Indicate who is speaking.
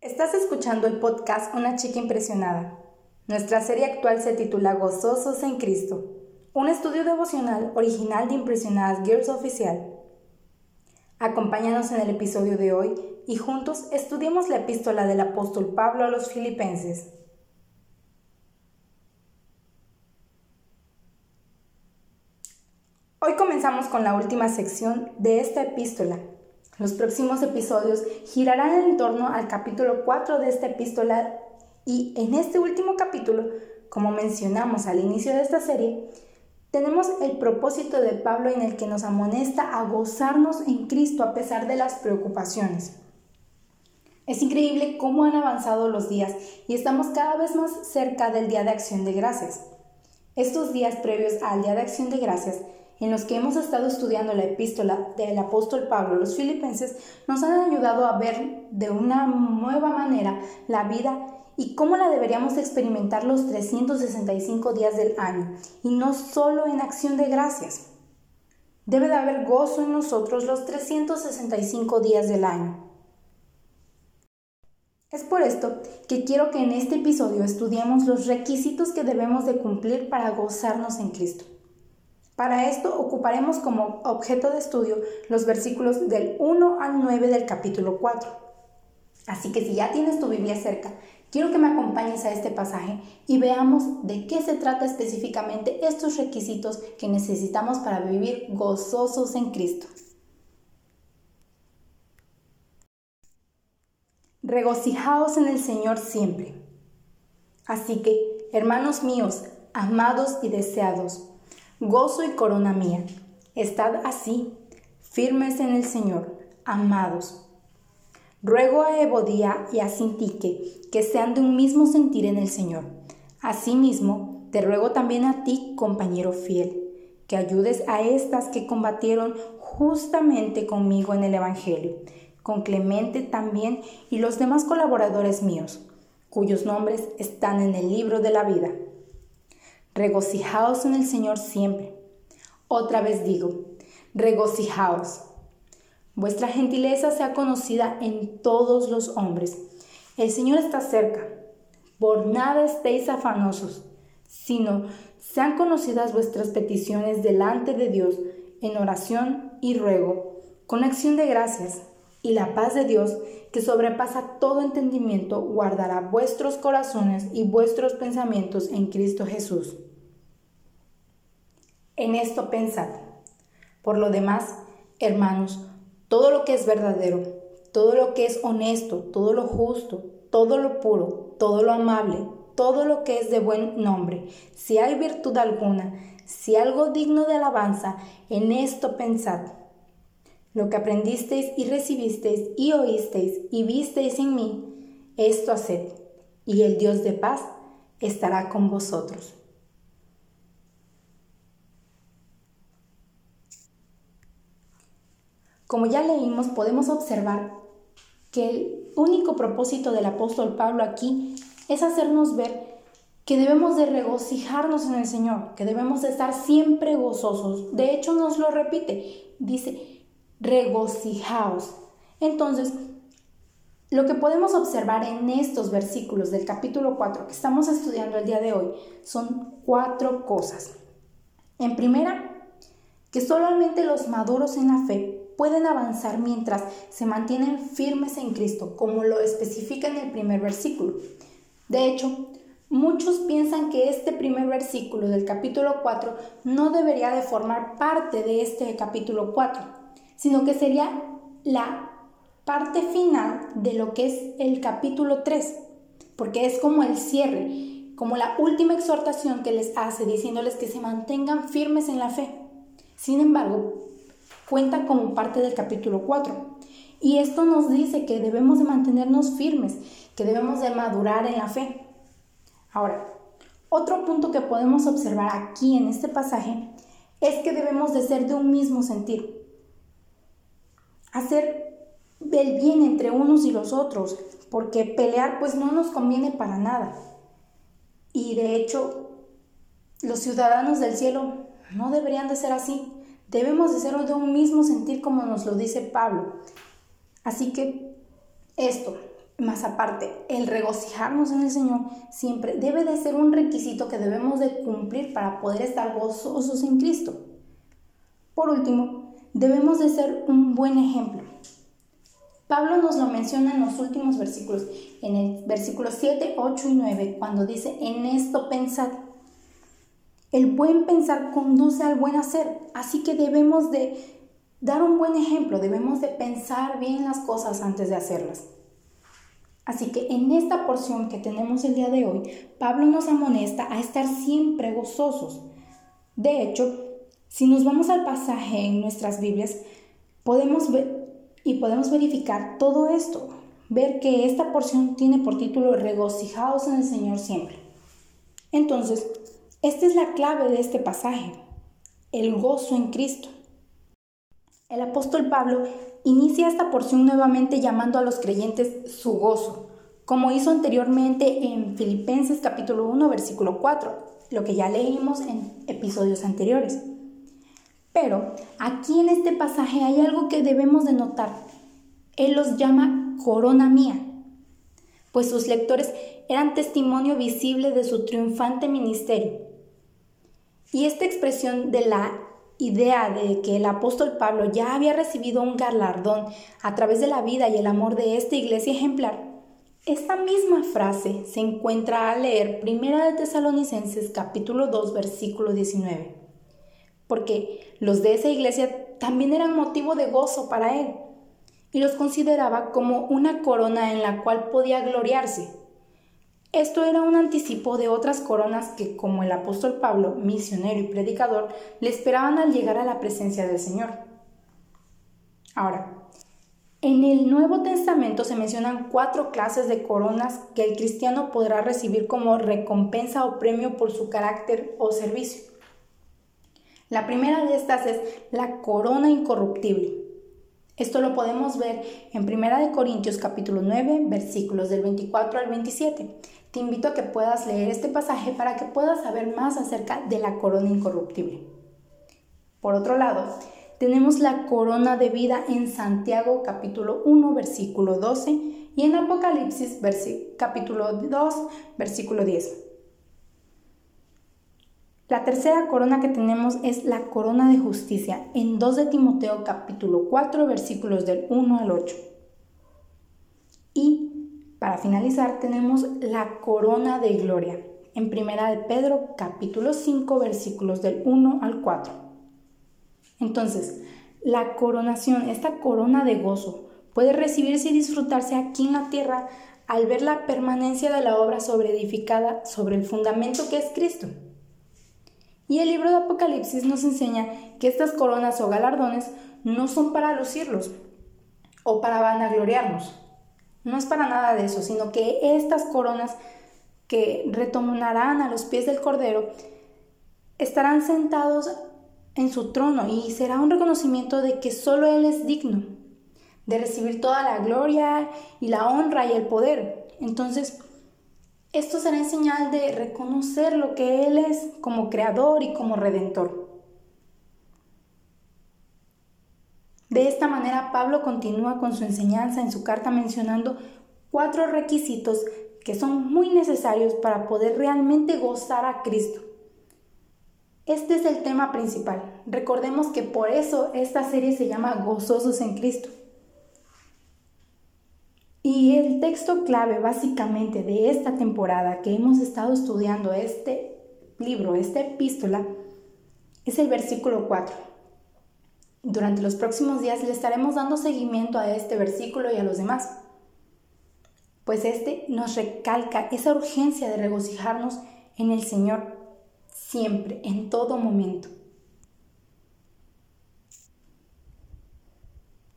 Speaker 1: Estás escuchando el podcast Una chica impresionada. Nuestra serie actual se titula Gozosos en Cristo, un estudio devocional original de Impresionadas Girls Oficial. Acompáñanos en el episodio de hoy y juntos estudiemos la epístola del apóstol Pablo a los Filipenses. Hoy comenzamos con la última sección de esta epístola. Los próximos episodios girarán en torno al capítulo 4 de esta epístola y en este último capítulo, como mencionamos al inicio de esta serie, tenemos el propósito de Pablo en el que nos amonesta a gozarnos en Cristo a pesar de las preocupaciones. Es increíble cómo han avanzado los días y estamos cada vez más cerca del Día de Acción de Gracias. Estos días previos al Día de Acción de Gracias, en los que hemos estado estudiando la epístola del apóstol Pablo a los Filipenses, nos han ayudado a ver de una nueva manera la vida y cómo la deberíamos experimentar los 365 días del año, y no solo en acción de gracias. Debe de haber gozo en nosotros los 365 días del año. Es por esto que quiero que en este episodio estudiemos los requisitos que debemos de cumplir para gozarnos en Cristo. Para esto ocuparemos como objeto de estudio los versículos del 1 al 9 del capítulo 4. Así que si ya tienes tu Biblia cerca, quiero que me acompañes a este pasaje y veamos de qué se trata específicamente estos requisitos que necesitamos para vivir gozosos en Cristo. Regocijaos en el Señor siempre. Así que, hermanos míos, amados y deseados, gozo y corona mía, estad así, firmes en el Señor, amados. Ruego a Evodía y a Sintique que sean de un mismo sentir en el Señor. Asimismo, te ruego también a ti, compañero fiel, que ayudes a estas que combatieron justamente conmigo en el Evangelio, con Clemente también y los demás colaboradores míos, cuyos nombres están en el libro de la vida. Regocijaos en el Señor siempre. Otra vez digo, regocijaos. Vuestra gentileza sea conocida en todos los hombres. El Señor está cerca. Por nada estéis afanosos, sino sean conocidas vuestras peticiones delante de Dios en oración y ruego, con acción de gracias, y la paz de Dios, que sobrepasa todo entendimiento, guardará vuestros corazones y vuestros pensamientos en Cristo Jesús. En esto pensad. Por lo demás, hermanos, todo lo que es verdadero, todo lo que es honesto, todo lo justo, todo lo puro, todo lo amable, todo lo que es de buen nombre, si hay virtud alguna, si algo digno de alabanza, en esto pensad. Lo que aprendisteis y recibisteis y oísteis y visteis en mí, esto haced, y el Dios de paz estará con vosotros. Como ya leímos, podemos observar que el único propósito del apóstol Pablo aquí es hacernos ver que debemos de regocijarnos en el Señor, que debemos de estar siempre gozosos. De hecho, nos lo repite, dice, regocijaos. Entonces, lo que podemos observar en estos versículos del capítulo 4 que estamos estudiando el día de hoy son 4 cosas. En primera, que solamente los maduros en la fe pueden avanzar mientras se mantienen firmes en Cristo, como lo especifica en el primer versículo. De hecho, muchos piensan que este primer versículo del capítulo 4 no debería de formar parte de este capítulo 4, sino que sería la parte final de lo que es el capítulo 3, porque es como el cierre, como la última exhortación que les hace, diciéndoles que se mantengan firmes en la fe. Sin embargo, cuenta como parte del capítulo 4. Y esto nos dice que debemos de mantenernos firmes, que debemos de madurar en la fe. Ahora, otro punto que podemos observar aquí en este pasaje es que debemos de ser de un mismo sentir. Hacer el bien entre unos y los otros, porque pelear pues no nos conviene para nada. Y de hecho, los ciudadanos del cielo no deberían de ser así. Debemos de ser de un mismo sentir como nos lo dice Pablo. Así que esto, Más aparte, el regocijarnos en el Señor siempre debe de ser un requisito que debemos de cumplir para poder estar gozosos en Cristo. Por último, debemos de ser un buen ejemplo. Pablo nos lo menciona en los últimos versículos, en el versículo 7, 8 y 9, cuando dice: en esto pensad. El buen pensar conduce al buen hacer, así que debemos de dar un buen ejemplo, debemos de pensar bien las cosas antes de hacerlas. Así que en esta porción que tenemos el día de hoy, Pablo nos amonesta a estar siempre gozosos. De hecho, si nos vamos al pasaje en nuestras Biblias, podemos verificar todo esto, ver que esta porción tiene por título regocijaos en el Señor siempre. Entonces, esta es la clave de este pasaje, el gozo en Cristo. El apóstol Pablo inicia esta porción nuevamente llamando a los creyentes su gozo, como hizo anteriormente en Filipenses capítulo 1, versículo 4, lo que ya leímos en episodios anteriores. Pero aquí en este pasaje hay algo que debemos de notar. Él los llama corona mía, pues sus lectores eran testimonio visible de su triunfante ministerio. Y esta expresión de la idea de que el apóstol Pablo ya había recibido un galardón a través de la vida y el amor de esta iglesia ejemplar, esta misma frase se encuentra al leer 1 de Tesalonicenses capítulo 2 versículo 19, porque los de esa iglesia también eran motivo de gozo para él y los consideraba como una corona en la cual podía gloriarse. Esto era un anticipo de otras coronas que, como el apóstol Pablo, misionero y predicador, le esperaban al llegar a la presencia del Señor. Ahora, en el Nuevo Testamento se mencionan 4 clases de coronas que el cristiano podrá recibir como recompensa o premio por su carácter o servicio. La primera de estas es la corona incorruptible. Esto lo podemos ver en 1 Corintios capítulo 9, versículos del 24 al 27. Te invito a que puedas leer este pasaje para que puedas saber más acerca de la corona incorruptible. Por otro lado, tenemos la corona de vida en Santiago capítulo 1, versículo 12 y en Apocalipsis capítulo 2, versículo 10. La tercera corona que tenemos es la corona de justicia en 2 de Timoteo capítulo 4 versículos del 1 al 8. Y para finalizar tenemos la corona de gloria en 1 de Pedro capítulo 5 versículos del 1 al 4. Entonces, la coronación, esta corona de gozo, puede recibirse y disfrutarse aquí en la tierra al ver la permanencia de la obra edificada sobre el fundamento que es Cristo. Y el libro de Apocalipsis nos enseña que estas coronas o galardones no son para lucirlos o para vanagloriarnos. No es para nada de eso, sino que estas coronas que retornarán a los pies del Cordero estarán sentados en su trono y será un reconocimiento de que solo Él es digno de recibir toda la gloria y la honra y el poder. Entonces, esto será en señal de reconocer lo que Él es como creador y como redentor. De esta manera, Pablo continúa con su enseñanza en su carta mencionando 4 requisitos que son muy necesarios para poder realmente gozar a Cristo. Este es el tema principal. Recordemos que por eso esta serie se llama Gozosos en Cristo. Y el texto clave básicamente de esta temporada que hemos estado estudiando este libro, esta epístola, es el versículo 4. Durante los próximos días le estaremos dando seguimiento a este versículo y a los demás, pues este nos recalca esa urgencia de regocijarnos en el Señor siempre, en todo momento.